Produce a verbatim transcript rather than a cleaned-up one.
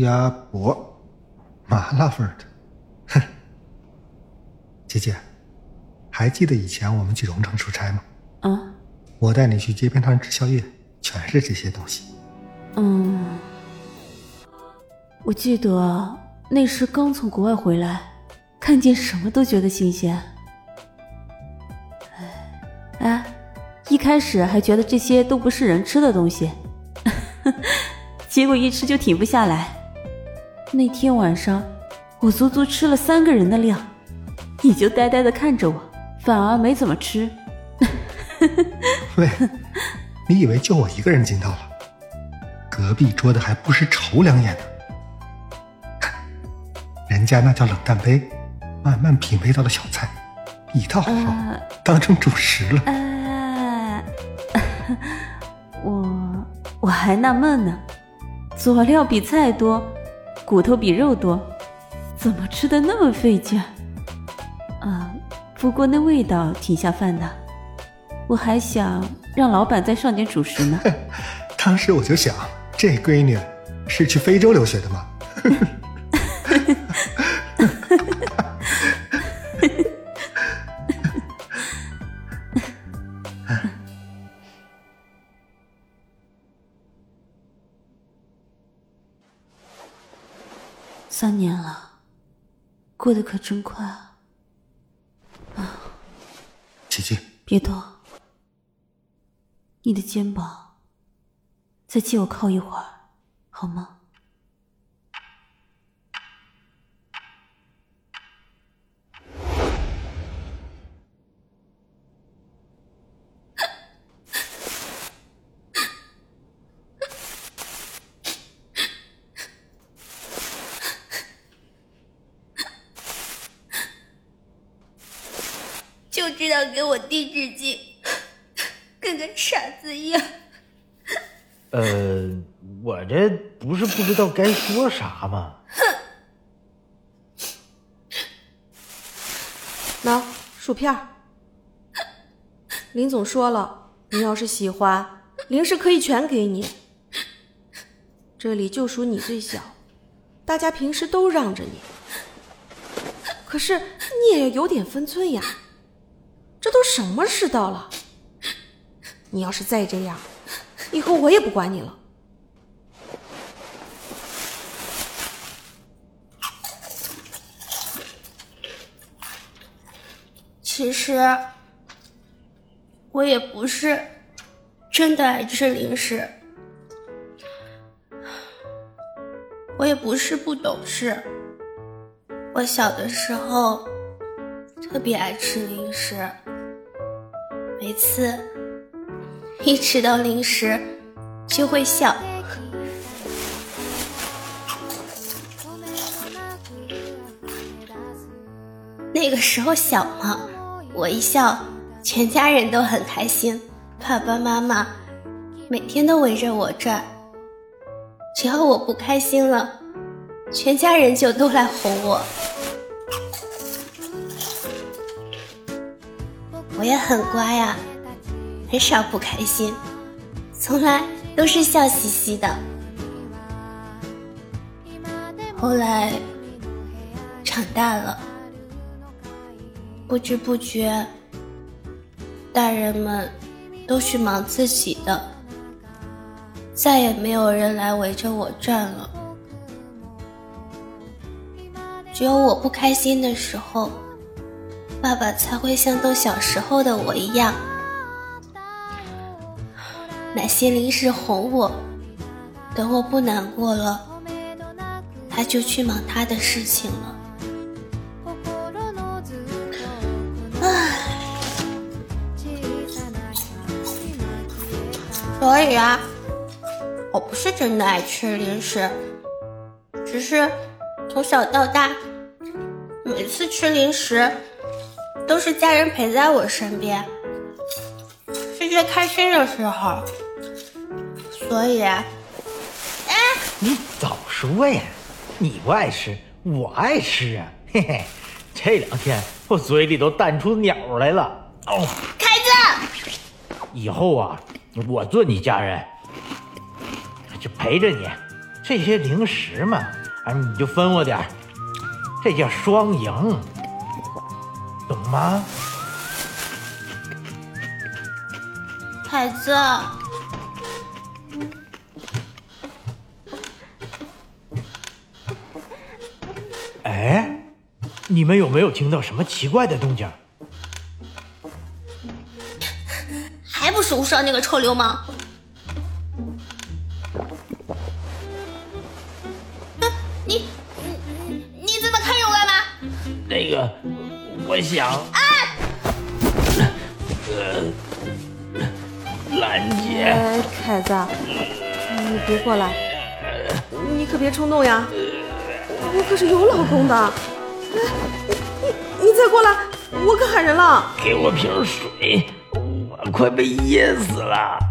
鸭脖，麻辣味儿的。哼，姐姐，还记得以前我们去荣城出差吗？ 啊， 我带你去街边摊吃宵夜，全是这些东西。 嗯，我记得那时刚从国外回来，看见什么都觉得新鲜。哎，一开始还觉得这些都不是人吃的东西，结果一吃就停不下来。那天晚上我足足吃了三个人的量，你就呆呆地看着我，反而没怎么吃。 喂，你以为就我一个人惊到了？隔壁桌的还不识瞅两眼呢。人家那叫冷淡杯，慢慢品味到了小菜，一道好、呃、当成主食了。 呃、我我还纳闷呢，佐料比菜多，骨头比肉多，怎么吃的那么费劲啊？不过那味道挺下饭的，我还想让老板再上点主食呢。 当时我就想，这闺女是去非洲留学的吗？ 三年了，过得可真快啊！啊， 琪琪， 别动，你的肩膀，再借我靠一会儿，好吗？ 就知道给我递纸巾，跟个傻子一样。 呃，我这不是不知道该说啥吗？ 喏，薯片。林总说了，你要是喜欢，零食可以全给你。这里就属你最小，大家平时都让着你。可是你也有点分寸呀。这都什么世道了？你要是再这样，以后我也不管你了。 其实我也不是真的爱吃零食，我也不是不懂事。我小的时候特别爱吃零食，每次一吃到零食就会笑。那个时候小嘛，我一笑全家人都很开心，爸爸妈妈每天都围着我转，只要我不开心了，全家人就都来哄我。我也很乖啊，很少不开心，从来都是笑嘻嘻的。后来长大了，不知不觉大人们都去忙自己的，再也没有人来围着我转了。只有我不开心的时候，爸爸才会像逗小时候的我一样，买些零食哄我，等我不难过了，他就去忙他的事情了。唉，所以啊，我不是真的爱吃零食，只是从小到大，每次吃零食都是家人陪在我身边，是最开心的时候。所以哎， 你早说呀，你不爱吃我爱吃啊，嘿嘿，这两天我嘴里都淡出鸟来了。哦， 开子， 以后啊，我做你家人，就陪着你， 这些零食嘛，啊，你就分我点儿，这叫双赢，懂吗？ 孩子， 哎，你们有没有听到什么奇怪的动静？ 还不是屋上那个臭流氓！你你你怎么看着我干嘛？ 那个，我想， 哎， 呃，兰姐， 哎，凯子，你别过来，你可别冲动呀，我可是有老公的。哎，你你再过来，我可喊人了。 给我瓶水，我快被噎死了。